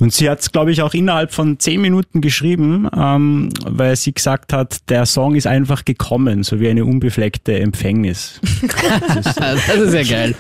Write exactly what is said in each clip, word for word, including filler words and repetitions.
Und sie hat es, glaube ich, auch innerhalb von zehn Minuten geschrieben, ähm, weil sie gesagt hat, der Song ist einfach gekommen, so wie eine unbefleckte Empfängnis. Das ist, das ist ja geil.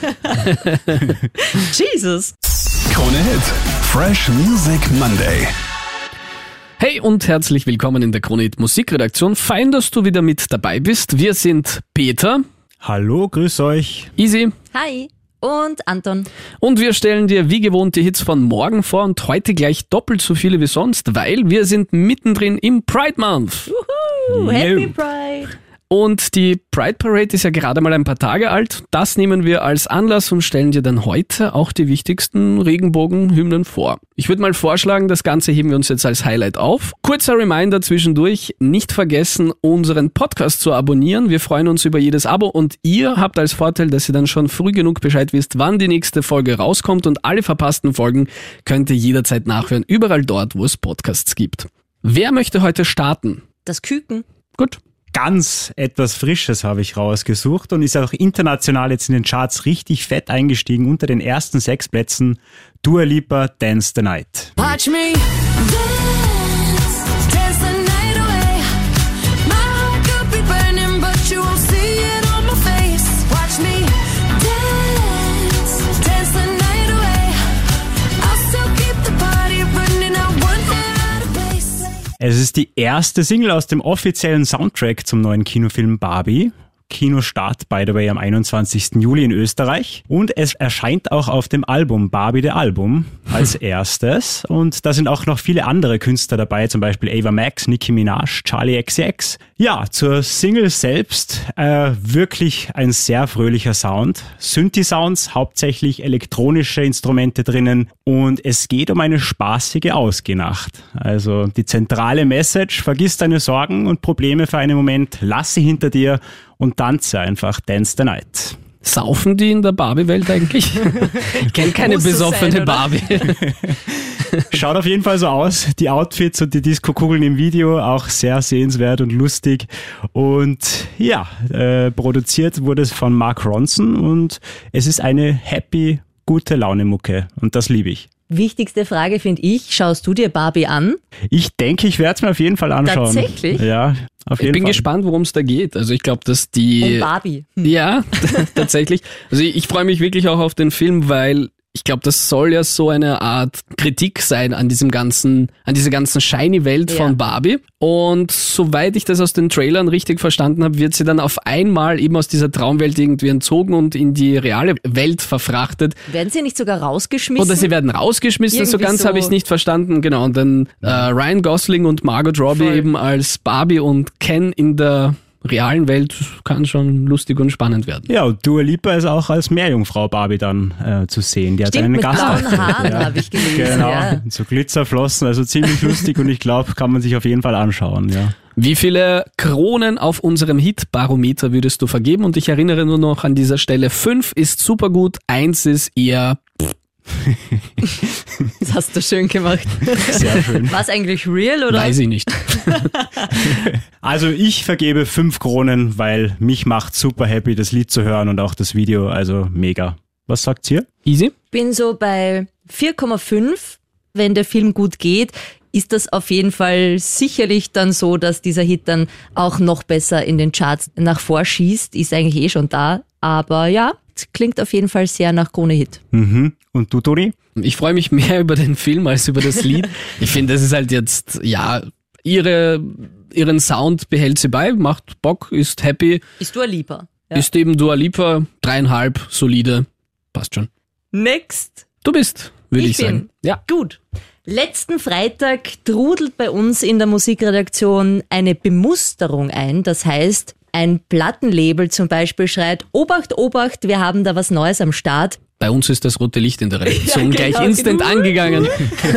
Jesus. Krone Hit. Fresh Music Monday. Hey und herzlich willkommen in der Krone Hit Musikredaktion. Fein, dass du wieder mit dabei bist. Wir sind Peter. Hallo, grüß euch. Easy. Hi. Und Anton. Und wir stellen dir wie gewohnt die Hits von morgen vor und heute gleich doppelt so viele wie sonst, weil wir sind mittendrin im Pride Month. Wuhu, Happy Pride. Und die Pride Parade ist ja gerade mal ein paar Tage alt. Das nehmen wir als Anlass und stellen dir dann heute auch die wichtigsten Regenbogenhymnen vor. Ich würde mal vorschlagen, das Ganze heben wir uns jetzt als Highlight auf. Kurzer Reminder zwischendurch, nicht vergessen, unseren Podcast zu abonnieren. Wir freuen uns über jedes Abo und ihr habt als Vorteil, dass ihr dann schon früh genug Bescheid wisst, wann die nächste Folge rauskommt und alle verpassten Folgen könnt ihr jederzeit nachhören, überall dort, wo es Podcasts gibt. Wer möchte heute starten? Das Küken. Gut. Ganz etwas Frisches habe ich rausgesucht und ist auch international jetzt in den Charts richtig fett eingestiegen, unter den ersten sechs Plätzen. Dua Lipa, Dance the Night. Watch me dance, dance the night away. My heart could be burning, but you won't see it on my face. Watch me dance, dance the night away. I'll still keep the party running out one hair out of place. Es ist die erste Single aus dem offiziellen Soundtrack zum neuen Kinofilm Barbie. Kinostart, by the way, am einundzwanzigsten Juli in Österreich. Und es erscheint auch auf dem Album Barbie the Album als erstes. Und da sind auch noch viele andere Künstler dabei, zum Beispiel Ava Max, Nicki Minaj, Charli X C X. Ja, zur Single selbst äh, wirklich ein sehr fröhlicher Sound. Synthi-Sounds, hauptsächlich elektronische Instrumente drinnen. Und es geht um eine spaßige Ausgehnacht. Also die zentrale Message, vergiss deine Sorgen und Probleme für einen Moment, lass sie hinter dir und tanze einfach Dance the Night. Saufen die in der Barbie-Welt eigentlich? Ich kenne keine Muss es besoffene sein, oder? Barbie. Schaut auf jeden Fall so aus. Die Outfits und die Disco-Kugeln im Video auch sehr sehenswert und lustig. Und ja, äh, produziert wurde es von Mark Ronson und es ist eine happy, gute Laune-Mucke und das liebe ich. Wichtigste Frage finde ich, schaust du dir Barbie an? Ich denke, ich werde es mir auf jeden Fall anschauen. Tatsächlich? Ja, auf jeden Ich bin Fall. gespannt, worum es da geht. Also ich glaube, dass die... Um Barbie. Hm. Ja, tatsächlich. Also ich, ich freue mich wirklich auch auf den Film, weil ich glaube, das soll ja so eine Art Kritik sein an diesem ganzen, an dieser ganzen shiny Welt Ja. von Barbie. Und soweit ich das aus den Trailern richtig verstanden habe, wird sie dann auf einmal eben aus dieser Traumwelt irgendwie entzogen und in die reale Welt verfrachtet. Werden sie nicht sogar rausgeschmissen? Oder sie werden rausgeschmissen, so Irgendwie ganz so. habe ich es nicht verstanden. Genau, und dann äh, Ryan Gosling und Margot Robbie Voll. eben als Barbie und Ken in der realen Welt, kann schon lustig und spannend werden. Ja, und Dua Lipa ist auch als Meerjungfrau Barbie dann äh, zu sehen. Die hat Stimmt, einen mit Gastauftritt. blauen Haaren habe ich gelesen. Genau, Ja. so Glitzerflossen, also ziemlich lustig und ich glaube, kann man sich auf jeden Fall anschauen, ja. Wie viele Kronen auf unserem Hit-Barometer würdest du vergeben? Und ich erinnere nur noch an dieser Stelle, fünf ist super gut, eins ist eher... Das hast du schön gemacht. Sehr schön. War es eigentlich real oder? Weiß ich nicht. Also ich vergebe fünf Kronen, weil mich macht super happy, das Lied zu hören und auch das Video, also mega. Was sagt's hier? Easy? Bin so bei vier Komma fünf. Wenn der Film gut geht, ist das auf jeden Fall sicherlich dann so, dass dieser Hit dann auch noch besser in den Charts nach vorschießt. Ist eigentlich eh schon da. Aber ja, es klingt auf jeden Fall sehr nach Krone-Hit. Mhm. Und du, Toni? Ich freue mich mehr über den Film als über das Lied. Ich finde, das ist halt jetzt, ja, ihre, ihren Sound behält sie bei, macht Bock, ist happy, Ist Dua Lipa. Ja. ist eben Dua Lipa, dreieinhalb, solide, passt schon. Next. Du bist, würde ich, Ich bin. sagen. Ja. Gut. Letzten Freitag trudelt bei uns in der Musikredaktion eine Bemusterung ein. Das heißt, ein Plattenlabel zum Beispiel schreit, Obacht, Obacht, wir haben da was Neues am Start. Bei uns ist das rote Licht in der Redaktion Ja, gleich genau, instant genau. angegangen.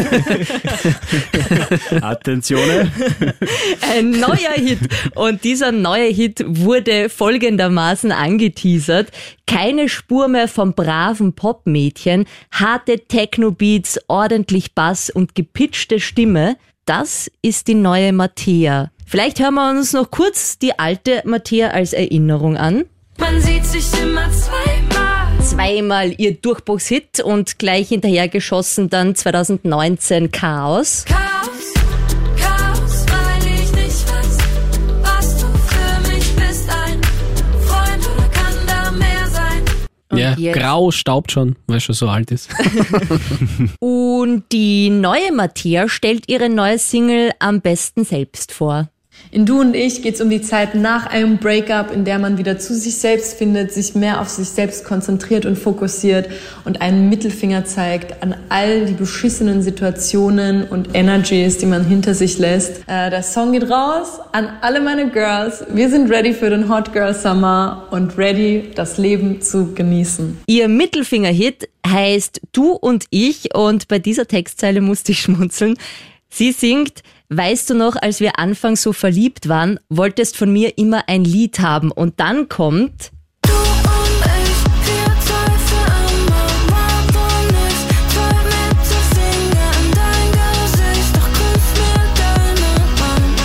Attentione. Ein neuer Hit. Und dieser neue Hit wurde folgendermaßen angeteasert. Keine Spur mehr vom braven Popmädchen, harte Techno-Beats, ordentlich Bass und gepitchte Stimme. Das ist die neue Mattea. Vielleicht hören wir uns noch kurz die alte Mattea als Erinnerung an. Man sieht sich immer zweimal, Zweimal ihr Durchbruchshit und gleich hinterher geschossen dann zwanzig neunzehn Chaos. Chaos, Chaos, weil ich nicht weiß, was du für mich bist. Ein Freund oder kann da mehr sein? Und Ja, jetzt- grau staubt schon, weil er schon so alt ist. Und die neue Mattea stellt ihre neue Single am besten selbst vor. In Du und ich geht es um die Zeit nach einem Breakup, in der man wieder zu sich selbst findet, sich mehr auf sich selbst konzentriert und fokussiert und einen Mittelfinger zeigt an all die beschissenen Situationen und Energies, die man hinter sich lässt. Äh, der Song geht raus an alle meine Girls. Wir sind ready für den Hot Girl Summer und ready, das Leben zu genießen. Ihr Mittelfinger-Hit heißt Du und ich und bei dieser Textzeile musste ich schmunzeln. Sie singt: Weißt du noch, als wir anfangs so verliebt waren, wolltest von mir immer ein Lied haben. Und dann kommt: Du und ich, wir zwei für immer, Wort und nichts, zwei Mittelfinger in dein Gesicht, doch küss mir deine Hand.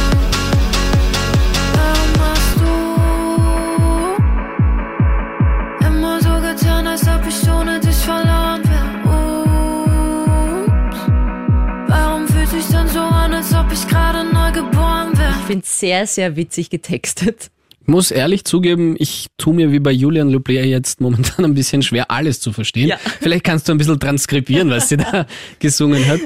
Warum hast du immer so getan, als ob ich ohne dich verloren wäre? Ups. Warum fühlt sich dann so an, als ob ich gerade neu geboren wäre? Ich finde es sehr, sehr witzig getextet. Ich muss ehrlich zugeben, ich tue mir wie bei Julian Lepler jetzt momentan ein bisschen schwer, alles zu verstehen. Ja. Vielleicht kannst du ein bisschen transkribieren, was sie da gesungen hat.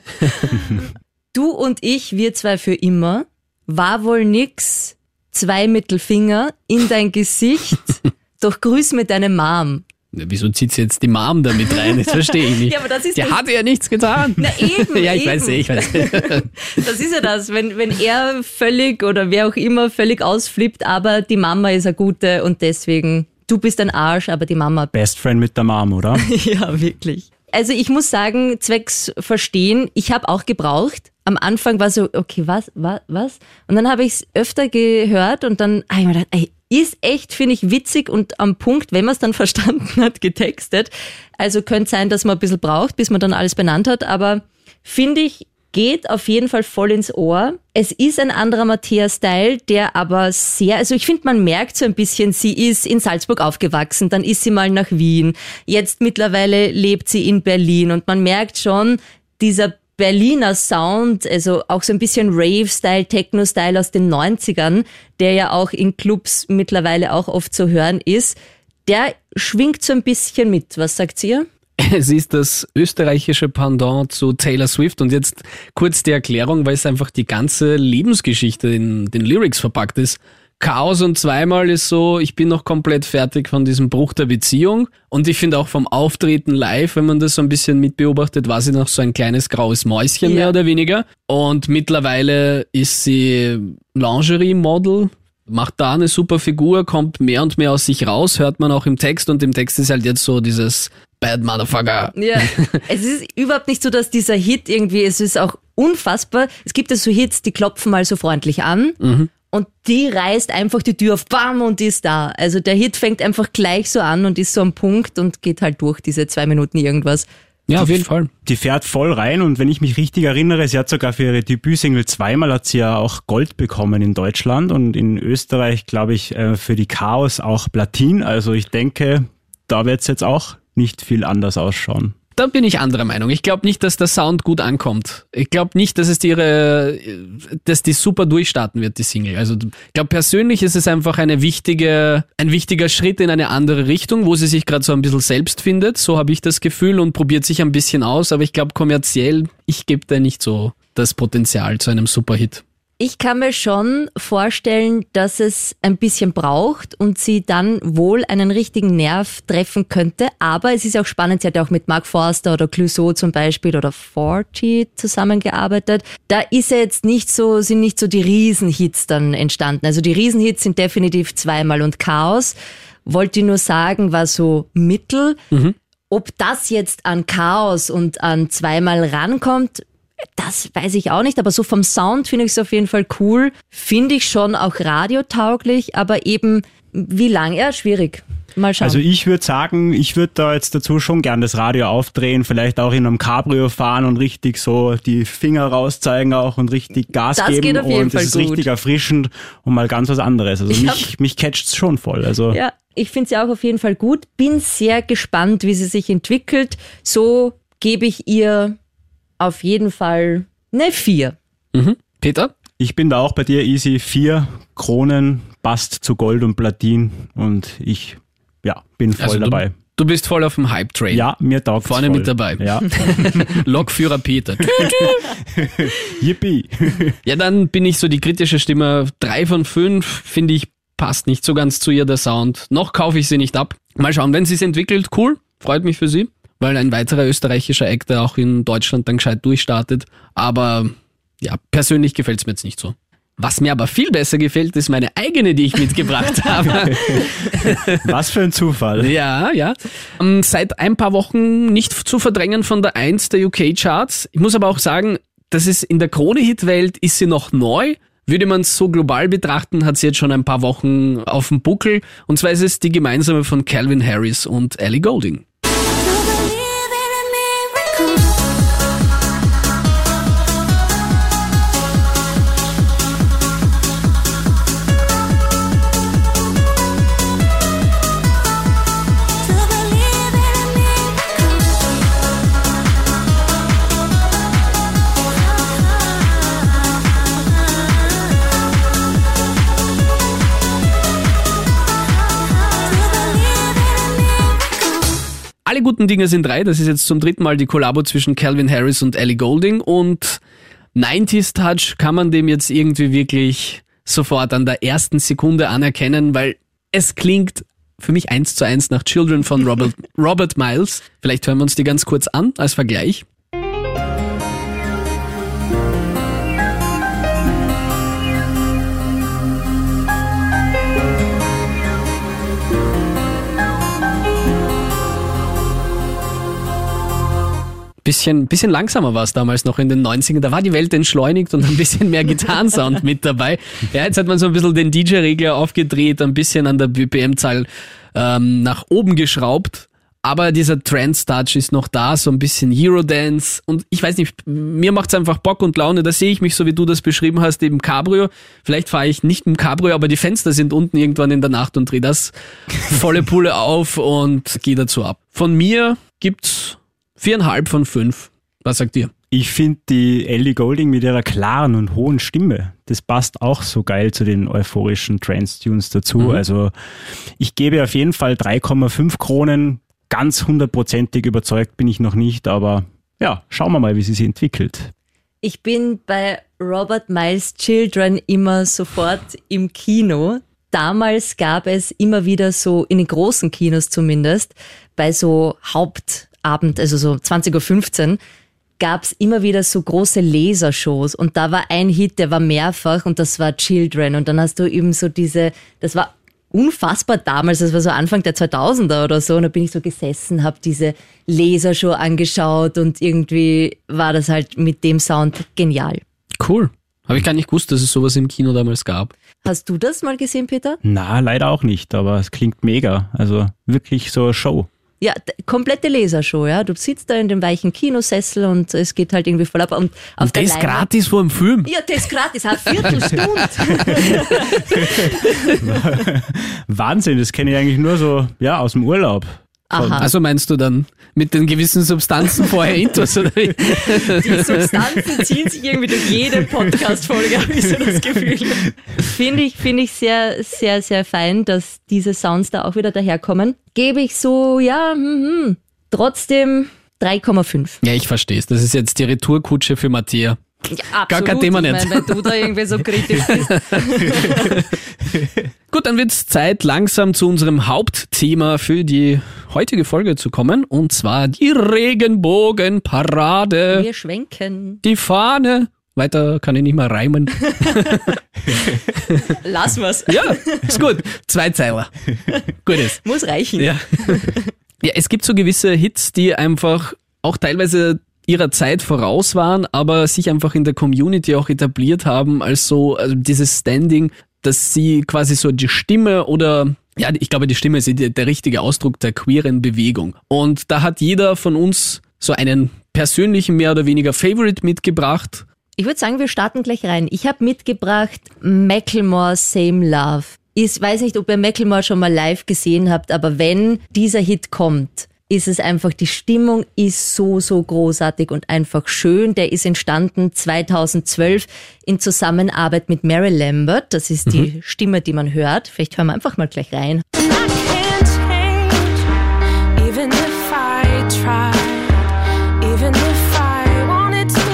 Du und ich, wir zwei für immer, war wohl nix, zwei Mittelfinger in dein Gesicht, doch grüß mir deine Mom. Ja, wieso zieht sie jetzt die Mom da mit rein? Das verstehe ich nicht. Ja, aber das ist Der das- hat ja nichts getan. Na eben, ja, ich eben. weiß, ich weiß. Das ist ja das, wenn, wenn er völlig oder wer auch immer völlig ausflippt, aber die Mama ist eine gute und deswegen, du bist ein Arsch, aber die Mama. Best Friend mit der Mom, oder? Ja, wirklich. Also ich muss sagen, zwecks Verstehen, ich habe auch gebraucht. Am Anfang war so, okay, was, was, was? Und dann habe ich es öfter gehört und dann habe ich mir gedacht, ey, ist echt, finde ich, witzig und am Punkt, wenn man es dann verstanden hat, getextet. Also könnte sein, dass man ein bisschen braucht, bis man dann alles benannt hat, aber finde ich, geht auf jeden Fall voll ins Ohr. Es ist ein anderer Mattea-Style, der aber sehr, also ich finde, man merkt so ein bisschen, sie ist in Salzburg aufgewachsen, dann ist sie mal nach Wien. Jetzt mittlerweile lebt sie in Berlin und man merkt schon, dieser Berliner Sound, also auch so ein bisschen Rave-Style, Techno-Style aus den neunzigern, der ja auch in Clubs mittlerweile auch oft zu hören ist, der schwingt so ein bisschen mit. Was sagt ihr? Es ist das österreichische Pendant zu Taylor Swift und jetzt kurz die Erklärung, weil es einfach die ganze Lebensgeschichte in den Lyrics verpackt ist. Chaos und zweimal ist so, ich bin noch komplett fertig von diesem Bruch der Beziehung und ich finde auch vom Auftreten live, wenn man das so ein bisschen mitbeobachtet, war sie noch so ein kleines graues Mäuschen, Ja. mehr oder weniger. Und mittlerweile ist sie Lingerie-Model, macht da eine super Figur, kommt mehr und mehr aus sich raus, hört man auch im Text und im Text ist halt jetzt so dieses Bad Motherfucker. Ja, es ist überhaupt nicht so, dass dieser Hit irgendwie, es ist auch unfassbar. Es gibt ja so Hits, die klopfen mal so freundlich an und die reißt einfach die Tür auf, bam, und die ist da. Also der Hit fängt einfach gleich so an und ist so am Punkt und geht halt durch diese zwei Minuten irgendwas. Ja, auf jeden Fall. Die fährt voll rein und wenn ich mich richtig erinnere, sie hat sogar für ihre Debütsingle zweimal hat sie ja auch Gold bekommen in Deutschland und in Österreich, glaube ich, äh, für die Chaos auch Platin. Also ich denke, da wird es jetzt auch nicht viel anders ausschauen. Da bin ich anderer Meinung. Ich glaube nicht, dass der Sound gut ankommt. Ich glaube nicht, dass es die ihre, dass die super durchstarten wird, die Single. Also ich glaube persönlich ist es einfach eine wichtige, ein wichtiger Schritt in eine andere Richtung, wo sie sich gerade so ein bisschen selbst findet. So habe ich das Gefühl und probiert sich ein bisschen aus. Aber ich glaube kommerziell, ich gebe da nicht so das Potenzial zu einem Superhit. Ich kann mir schon vorstellen, dass es ein bisschen braucht und sie dann wohl einen richtigen Nerv treffen könnte. Aber es ist auch spannend, sie hat ja auch mit Mark Forster oder Clouseau zum Beispiel oder Forty zusammengearbeitet. Da ist ja jetzt nicht so, sind nicht so die Riesenhits dann entstanden. Also die Riesenhits sind definitiv zweimal und Chaos. Wollte ich nur sagen, war so mittel. Ob das jetzt an Chaos und an zweimal rankommt, das weiß ich auch nicht, aber so vom Sound finde ich es auf jeden Fall cool. Finde ich schon auch radiotauglich, aber eben wie lang? Ja, schwierig. Mal schauen. Also ich würde sagen, ich würde da jetzt dazu schon gern das Radio aufdrehen, vielleicht auch in einem Cabrio fahren und richtig so die Finger rauszeigen auch und richtig Gas Das geben. geht auf jeden und Fall das ist gut. richtig erfrischend und mal ganz was anderes. Also Ich mich, mich catcht's schon voll. Also ja. Ich finde sie auch auf jeden Fall gut. Bin sehr gespannt, wie sie sich entwickelt. So gebe ich ihr auf jeden Fall eine vier. Mhm. Peter? Ich bin da auch bei dir, Easy. Vier Kronen passt zu Gold und Platin und ich ja, bin voll Also du- dabei. Du bist voll auf dem Hype-Train. Ja, mir taugt's Vorne voll. mit dabei. Ja, Lokführer Peter. yippie. Ja, dann bin ich so die kritische Stimme. Drei von fünf, finde ich, passt nicht so ganz zu ihr, der Sound. Noch kaufe ich sie nicht ab. Mal schauen, wenn sie es entwickelt, cool. Freut mich für sie. Weil ein weiterer österreichischer Act, der auch in Deutschland dann gescheit durchstartet. Aber ja, persönlich gefällt es mir jetzt nicht so. Was mir aber viel besser gefällt, ist meine eigene, die ich mitgebracht habe. Was für ein Zufall. Ja, ja. Ähm, seit ein paar Wochen nicht zu verdrängen von der eins der U K-Charts. Ich muss aber auch sagen, das ist in der Krone-Hit-Welt ist sie noch neu. Würde man es so global betrachten, hat sie jetzt schon ein paar Wochen auf dem Buckel. Und zwar ist es die gemeinsame von Calvin Harris und Ellie Goulding. Alle guten Dinge sind drei. Das ist jetzt zum dritten Mal die Kollabo zwischen Calvin Harris und Ellie Goulding. Und neunziger Touch kann man dem jetzt irgendwie wirklich sofort an der ersten Sekunde anerkennen, weil es klingt für mich eins zu eins nach Children von Robert, Robert Miles. Vielleicht hören wir uns die ganz kurz an als Vergleich. Bisschen, bisschen langsamer war es damals noch in den neunzigern. Da war die Welt entschleunigt und ein bisschen mehr Gitarrensound mit dabei. Ja, jetzt hat man so ein bisschen den D J-Regler aufgedreht, ein bisschen an der B P M-Zahl ähm, nach oben geschraubt. Aber dieser Trance-Touch ist noch da, so ein bisschen Eurodance. Und ich weiß nicht, mir macht's einfach Bock und Laune. Da sehe ich mich, so wie du das beschrieben hast, im Cabrio. Vielleicht fahre ich nicht im Cabrio, aber die Fenster sind unten irgendwann in der Nacht und drehe das volle Pulle auf und gehe dazu ab. Von mir gibt's viereinhalb von fünf. Was sagt ihr? Ich finde die Ellie Goulding mit ihrer klaren und hohen Stimme, das passt auch so geil zu den euphorischen Trance-Tunes dazu. Mhm. Also ich gebe auf jeden Fall drei Komma fünf Kronen. Ganz hundertprozentig überzeugt bin ich noch nicht, aber ja, schauen wir mal, wie sie sich entwickelt. Ich bin bei Robert Miles Children immer sofort im Kino. Damals gab es immer wieder so, in den großen Kinos zumindest, bei so Hauptabend, also so zwanzig Uhr fünfzehn, gab es immer wieder so große Lasershows und da war ein Hit, der war mehrfach und das war Children und dann hast du eben so diese, das war unfassbar damals, das war so Anfang der zweitausender oder so und da bin ich so gesessen, habe diese Lasershow angeschaut und irgendwie war das halt mit dem Sound genial. Cool. Habe ich gar nicht gewusst, dass es sowas im Kino damals gab. Hast du das mal gesehen, Peter? Na, leider auch nicht, aber es klingt mega. Also wirklich so eine Show. Ja, d- komplette Lasershow, ja. Du sitzt da in dem weichen Kinosessel und es geht halt irgendwie voll ab. Und auf Und der das Leinwand- gratis vor dem Film. Ja, das ist gratis, eine Viertelstunde. Wahnsinn, das kenne ich eigentlich nur so, ja, aus dem Urlaub. Aha. Also meinst du dann mit den gewissen Substanzen vorher Intus oder wie? Die Substanzen ziehen sich irgendwie durch jede Podcast-Folge, habe ich so das Gefühl. Finde ich, finde ich sehr, sehr, sehr fein, dass diese Sounds da auch wieder daherkommen. Gebe ich so, ja, hm, hm, trotzdem drei Komma fünf. Ja, ich verstehe es. Das ist jetzt die Retourkutsche für Mattea. Ja, absolut. Gar kein Thema ich nicht. meine, weil du da irgendwie so kritisch bist. Gut, dann wird's Zeit, langsam zu unserem Hauptthema für die heutige Folge zu kommen. Und zwar die Regenbogenparade. Wir schwenken. Die Fahne. Weiter kann ich nicht mehr reimen. Lassen wir's. Ja, ist gut. Zwei Zeiler. Gut ist. Muss reichen. Ja. Ja, es gibt so gewisse Hits, die einfach auch teilweise ihrer Zeit voraus waren, aber sich einfach in der Community auch etabliert haben als so, also dieses Standing, dass sie quasi so die Stimme oder, ja, ich glaube, die Stimme ist der, der richtige Ausdruck der queeren Bewegung. Und da hat jeder von uns so einen persönlichen, mehr oder weniger Favorite mitgebracht. Ich würde sagen, wir starten gleich rein. Ich habe mitgebracht Macklemore Same Love. Ich weiß nicht, ob ihr Macklemore schon mal live gesehen habt, aber wenn dieser Hit kommt, ist es einfach, die Stimmung ist so, so großartig und einfach schön. Der ist entstanden zweitausendzwölf in Zusammenarbeit mit Mary Lambert. Das ist die mhm. Stimme, die man hört. Vielleicht hören wir einfach mal gleich rein. I can't change, even if I tried, even if I wanted to.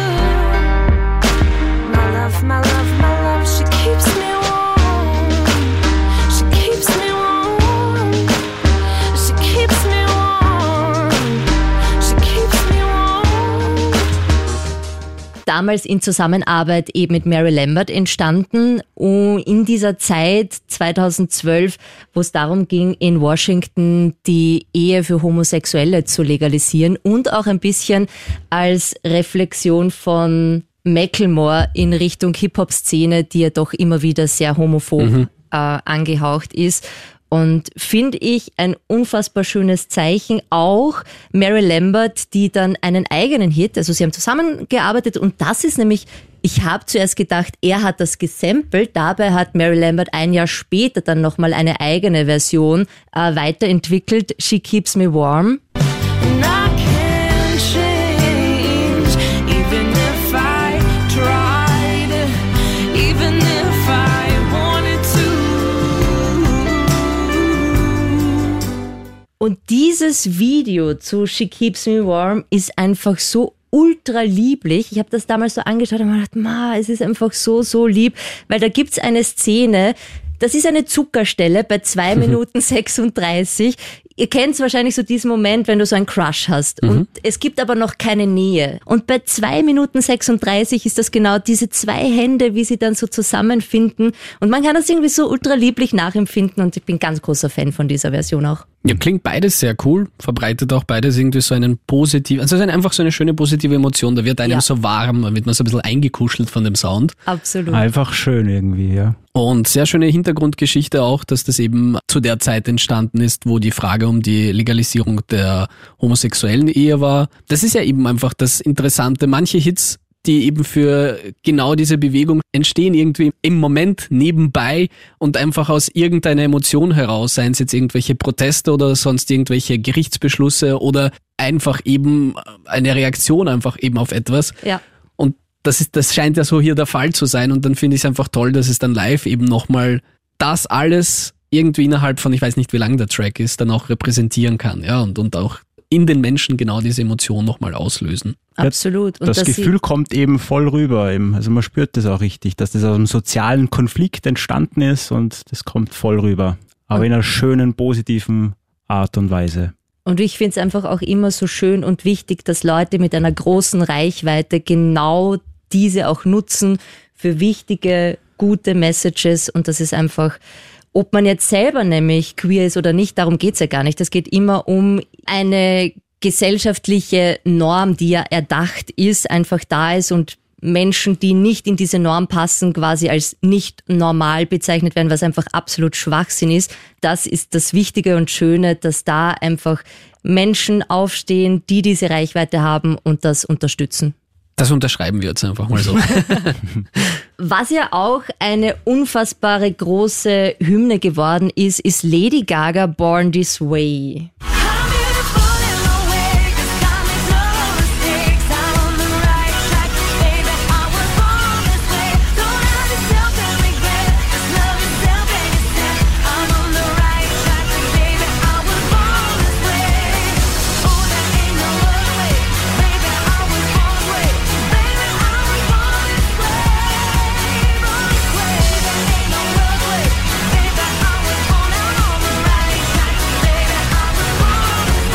My love, my love, my love, she keeps me warm. She keeps me warm. She keeps me warm. She keeps me warm. Damals in Zusammenarbeit eben mit Mary Lambert entstanden. Und in dieser Zeit zweitausendzwölf, wo es darum ging, in Washington die Ehe für Homosexuelle zu legalisieren und auch ein bisschen als Reflexion von Macklemore in Richtung Hip-Hop-Szene, die ja doch immer wieder sehr homophob mhm. äh, angehaucht ist. Und finde ich ein unfassbar schönes Zeichen. Auch Mary Lambert, die dann einen eigenen Hit, also sie haben zusammengearbeitet und das ist nämlich, ich habe zuerst gedacht, er hat das gesampelt, dabei hat Mary Lambert ein Jahr später dann nochmal eine eigene Version äh, weiterentwickelt, She Keeps Me Warm. And I can't change, even if I tried, even if I wanted to. Und dieses Video zu She Keeps Me Warm ist einfach so ultra lieblich. Ich habe das damals so angeschaut und mir gedacht, ma, es ist einfach so, so lieb, weil da gibt's eine Szene, das ist eine Zuckerstelle bei zwei Minuten sechsunddreißig. Ihr kennt wahrscheinlich so diesen Moment, wenn du so einen Crush hast. Mhm. Und es gibt aber noch keine Nähe. Und bei zwei Minuten sechsunddreißig ist das genau diese zwei Hände, wie sie dann so zusammenfinden. Und man kann das irgendwie so ultra lieblich nachempfinden. Und ich bin ganz großer Fan von dieser Version auch. Ja, klingt beides sehr cool, verbreitet auch beides irgendwie so einen positiven, also es ist einfach so eine schöne positive Emotion, da wird einem Ja. so warm, da wird man so ein bisschen eingekuschelt von dem Sound. Absolut. Einfach schön irgendwie, ja. Und sehr schöne Hintergrundgeschichte auch, dass das eben zu der Zeit entstanden ist, wo die Frage um die Legalisierung der homosexuellen Ehe war. Das ist ja eben einfach das Interessante. Manche Hits, die eben für genau diese Bewegung entstehen, irgendwie im Moment nebenbei und einfach aus irgendeiner Emotion heraus, seien es jetzt irgendwelche Proteste oder sonst irgendwelche Gerichtsbeschlüsse oder einfach eben eine Reaktion einfach eben auf etwas. Ja. Und das ist, das scheint ja so hier der Fall zu sein und dann finde ich es einfach toll, dass es dann live eben nochmal das alles irgendwie innerhalb von, ich weiß nicht, wie lang der Track ist, dann auch repräsentieren kann, ja, und, und auch in den Menschen genau diese Emotion nochmal auslösen. Absolut. Und Das dass Gefühl kommt eben voll rüber. Eben. Also man spürt das auch richtig, dass das aus einem sozialen Konflikt entstanden ist und das kommt voll rüber. Aber in einer schönen, positiven Art und Weise. Und ich finde es einfach auch immer so schön und wichtig, dass Leute mit einer großen Reichweite genau diese auch nutzen für wichtige, gute Messages. Und das ist einfach, ob man jetzt selber nämlich queer ist oder nicht, darum geht's ja gar nicht. Es geht immer um eine gesellschaftliche Norm, die ja erdacht ist, einfach da ist und Menschen, die nicht in diese Norm passen, quasi als nicht normal bezeichnet werden, was einfach absolut Schwachsinn ist. Das ist das Wichtige und Schöne, dass da einfach Menschen aufstehen, die diese Reichweite haben und das unterstützen. Das unterschreiben wir jetzt einfach mal so. Was ja auch eine unfassbare große Hymne geworden ist, ist Lady Gaga Born This Way. I'm beautiful in my way, 'cause God makes no mistakes. I'm on the right track, baby. I was born this way. Don't have yourself and regret, 'cause love yourself and yourself. I'm on the right track, baby. I was born this way. Oh, there ain't no other way, baby. I was born this way, baby. I was born this way, born this way. There ain't no other way, baby. I was born out on the right track, baby. I was born this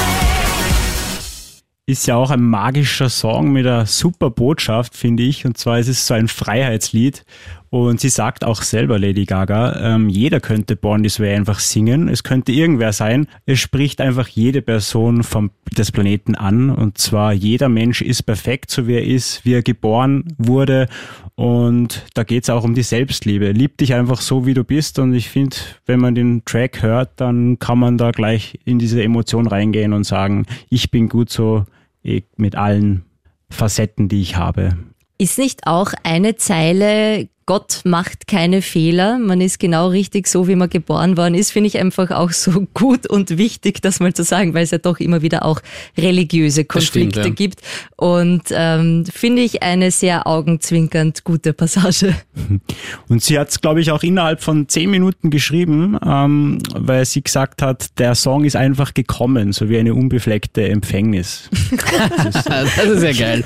way. Ist ja auch ein magischer Song mit einer super Botschaft, finde ich. Und zwar ist es so ein Freiheitslied. Und sie sagt auch selber, Lady Gaga, ähm, jeder könnte Born This Way einfach singen. Es könnte irgendwer sein. Es spricht einfach jede Person vom, des Planeten an. Und zwar jeder Mensch ist perfekt, so wie er ist, wie er geboren wurde. Und da geht's auch um die Selbstliebe. Lieb dich einfach so, wie du bist. Und ich finde, wenn man den Track hört, dann kann man da gleich in diese Emotion reingehen und sagen, ich bin gut so mit allen Facetten, die ich habe. Ist nicht auch eine Zeile Gott macht keine Fehler. Man ist genau richtig so, wie man geboren worden ist, finde ich einfach auch so gut und wichtig, das mal zu sagen, weil es ja doch immer wieder auch religiöse Konflikte stimmt, ja. gibt. Und ähm, finde ich eine sehr augenzwinkernd gute Passage. Und sie hat es, glaube ich, auch innerhalb von zehn Minuten geschrieben, ähm, weil sie gesagt hat, der Song ist einfach gekommen, so wie eine unbefleckte Empfängnis. Das ist ja geil.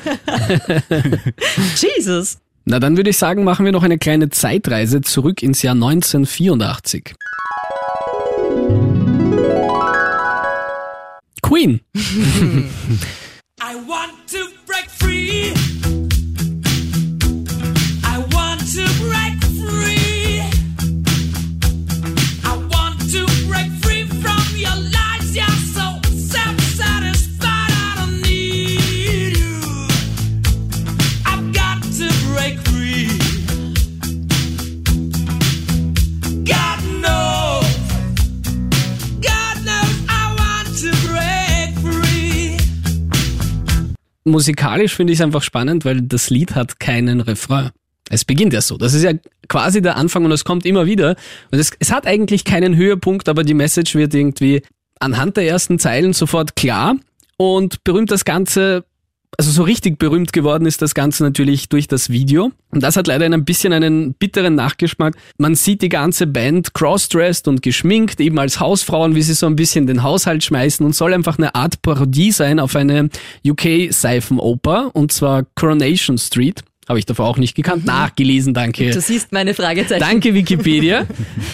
Jesus! Na, dann würde ich sagen, machen wir noch eine kleine Zeitreise zurück ins Jahr neunzehnhundertvierundachtzig. Queen. I want to break free. I want to break free. I want to break free from your lies. You're so self-satisfied. I don't need you. I've got to break free. God knows. God knows I want to break free. Musikalisch finde ich es einfach spannend, weil das Lied hat keinen Refrain. Es beginnt ja so. Das ist ja quasi der Anfang und es kommt immer wieder. Und es, es hat eigentlich keinen Höhepunkt, aber die Message wird irgendwie anhand der ersten Zeilen sofort klar. Und berühmt das Ganze, also so richtig berühmt geworden ist das Ganze natürlich durch das Video. Und das hat leider ein bisschen einen bitteren Nachgeschmack. Man sieht die ganze Band crossdressed und geschminkt, eben als Hausfrauen, wie sie so ein bisschen den Haushalt schmeißen und soll einfach eine Art Parodie sein auf eine U K-Seifenoper, und zwar Coronation Street. Habe ich davor auch nicht gekannt. Nachgelesen, danke. Du siehst meine Fragezeichen. Danke Wikipedia.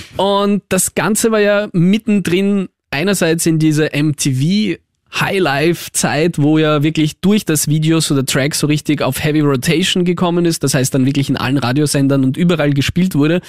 Und das Ganze war ja mittendrin einerseits in diese M T V Highlife-Zeit, wo ja wirklich durch das Video so der Track so richtig auf Heavy Rotation gekommen ist. Das heißt dann wirklich in allen Radiosendern und überall gespielt wurde.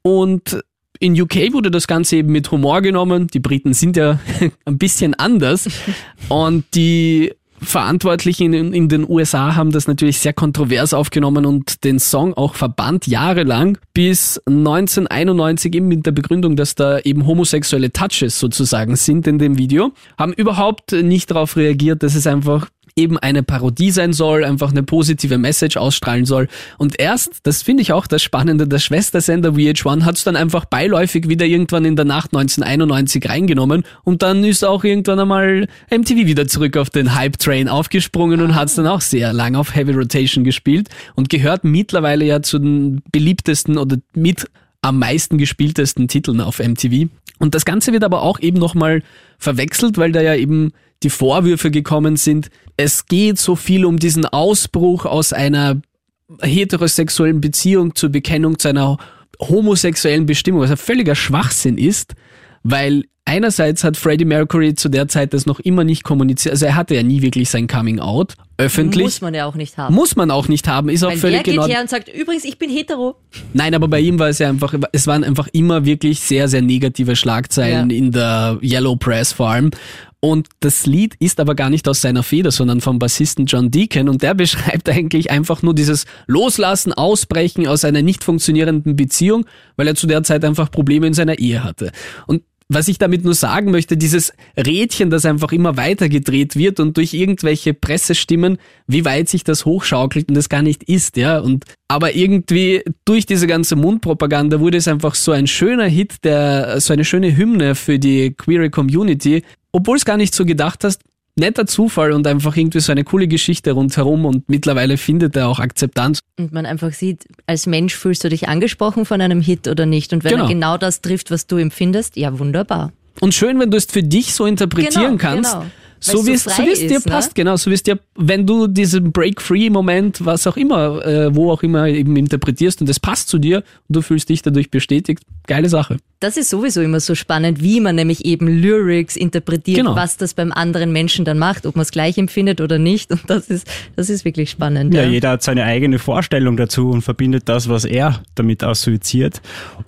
Und in U K wurde das Ganze eben mit Humor genommen. Die Briten sind ja ein bisschen anders. Und die Verantwortlichen in, in den U S A haben das natürlich sehr kontrovers aufgenommen und den Song auch verbannt jahrelang bis neunzehnhunderteinundneunzig eben mit der Begründung, dass da eben homosexuelle Touches sozusagen sind in dem Video, haben überhaupt nicht darauf reagiert, dass es einfach eben eine Parodie sein soll, einfach eine positive Message ausstrahlen soll. Und erst, das finde ich auch das Spannende, der Schwestersender V H eins hat es dann einfach beiläufig wieder irgendwann in der Nacht neunzehnhunderteinundneunzig reingenommen und dann ist auch irgendwann einmal M T V wieder zurück auf den Hype-Train aufgesprungen und hat es dann auch sehr lang auf Heavy Rotation gespielt und gehört mittlerweile ja zu den beliebtesten oder mit am meisten gespieltesten Titeln auf M T V. Und das Ganze wird aber auch eben nochmal verwechselt, weil da ja eben die Vorwürfe gekommen sind, es geht so viel um diesen Ausbruch aus einer heterosexuellen Beziehung zur Bekennung zu einer homosexuellen Bestimmung, was ein völliger Schwachsinn ist, weil einerseits hat Freddie Mercury zu der Zeit das noch immer nicht kommuniziert, also er hatte ja nie wirklich sein Coming Out öffentlich. Muss man ja auch nicht haben. Muss man auch nicht haben, ist auch Weil völlig wer geht genau. her und sagt, übrigens, ich bin hetero. Nein, aber bei ihm war es ja einfach, es waren einfach immer wirklich sehr, sehr negative Schlagzeilen Ja. in der Yellow Press vor allem. Und das Lied ist aber gar nicht aus seiner Feder, sondern vom Bassisten John Deacon und der beschreibt eigentlich einfach nur dieses Loslassen, Ausbrechen aus einer nicht funktionierenden Beziehung, weil er zu der Zeit einfach Probleme in seiner Ehe hatte. Und was ich damit nur sagen möchte, dieses Rädchen, das einfach immer weiter gedreht wird und durch irgendwelche Pressestimmen, wie weit sich das hochschaukelt und das gar nicht ist, ja. Und aber irgendwie durch diese ganze Mundpropaganda wurde es einfach so ein schöner Hit, der so eine schöne Hymne für die queere Community, obwohl es gar nicht so gedacht hast. Netter Zufall und einfach irgendwie so eine coole Geschichte rundherum und mittlerweile findet er auch Akzeptanz. Und man einfach sieht, als Mensch fühlst du dich angesprochen von einem Hit oder nicht. Und wenn Genau. er genau das trifft, was du empfindest, ja wunderbar. Und schön, wenn du es für dich so interpretieren Genau, kannst. genau. So Weil's wie so es frei so wie es dir ist, ne? passt, genau, so wie es dir, wenn du diesen Break-Free-Moment, was auch immer, äh, wo auch immer eben interpretierst und es passt zu dir und du fühlst dich dadurch bestätigt, geile Sache. Das ist sowieso immer so spannend, wie man nämlich eben Lyrics interpretiert, Genau. was das beim anderen Menschen dann macht, ob man es gleich empfindet oder nicht. Und das ist, das ist wirklich spannend. Ja, Ja, jeder hat seine eigene Vorstellung dazu und verbindet das, was er damit assoziiert.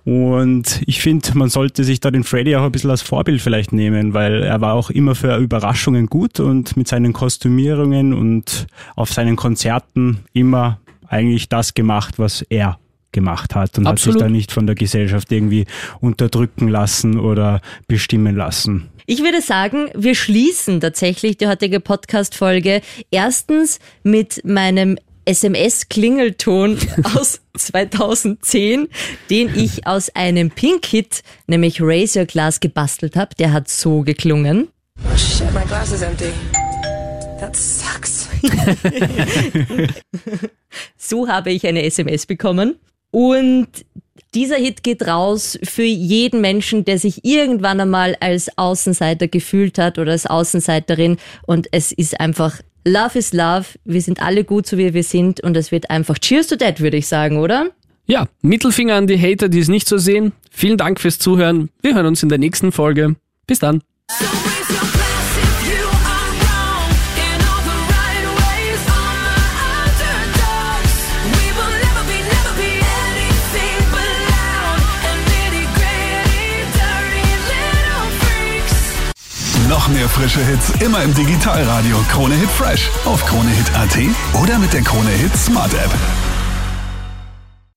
Und ich finde, man sollte sich da den Freddie auch ein bisschen als Vorbild vielleicht nehmen, weil er war auch immer für Überraschungen gut und mit seinen Kostümierungen und auf seinen Konzerten immer eigentlich das gemacht, was er gemacht hat und Absolut. hat sich da nicht von der Gesellschaft irgendwie unterdrücken lassen oder bestimmen lassen. Ich würde sagen, wir schließen tatsächlich die heutige Podcast-Folge erstens mit meinem S M S-Klingelton aus zweitausendzehn, den ich aus einem Pink-Hit, nämlich Raise Your Glass, gebastelt habe. Der hat so geklungen. Oh shit, my glass is empty. That sucks. So habe ich eine S M S bekommen. Und dieser Hit geht raus für jeden Menschen, der sich irgendwann einmal als Außenseiter gefühlt hat oder als Außenseiterin. Und es ist einfach Love is Love. Wir sind alle gut, so wie wir sind. Und es wird einfach Cheers to that, würde ich sagen, oder? Ja, Mittelfinger an die Hater, die es nicht so sehen. Vielen Dank fürs Zuhören. Wir hören uns in der nächsten Folge. Bis dann. So raise your glass if you are wrong in all the right ways. All my underdogs, we will never be, never be anything but loud and nitty gritty, dirty little freaks. Noch mehr frische Hits immer im Digitalradio Krone Hit Fresh auf Krone Hit Punkt at oder mit der Krone Hit Smart App.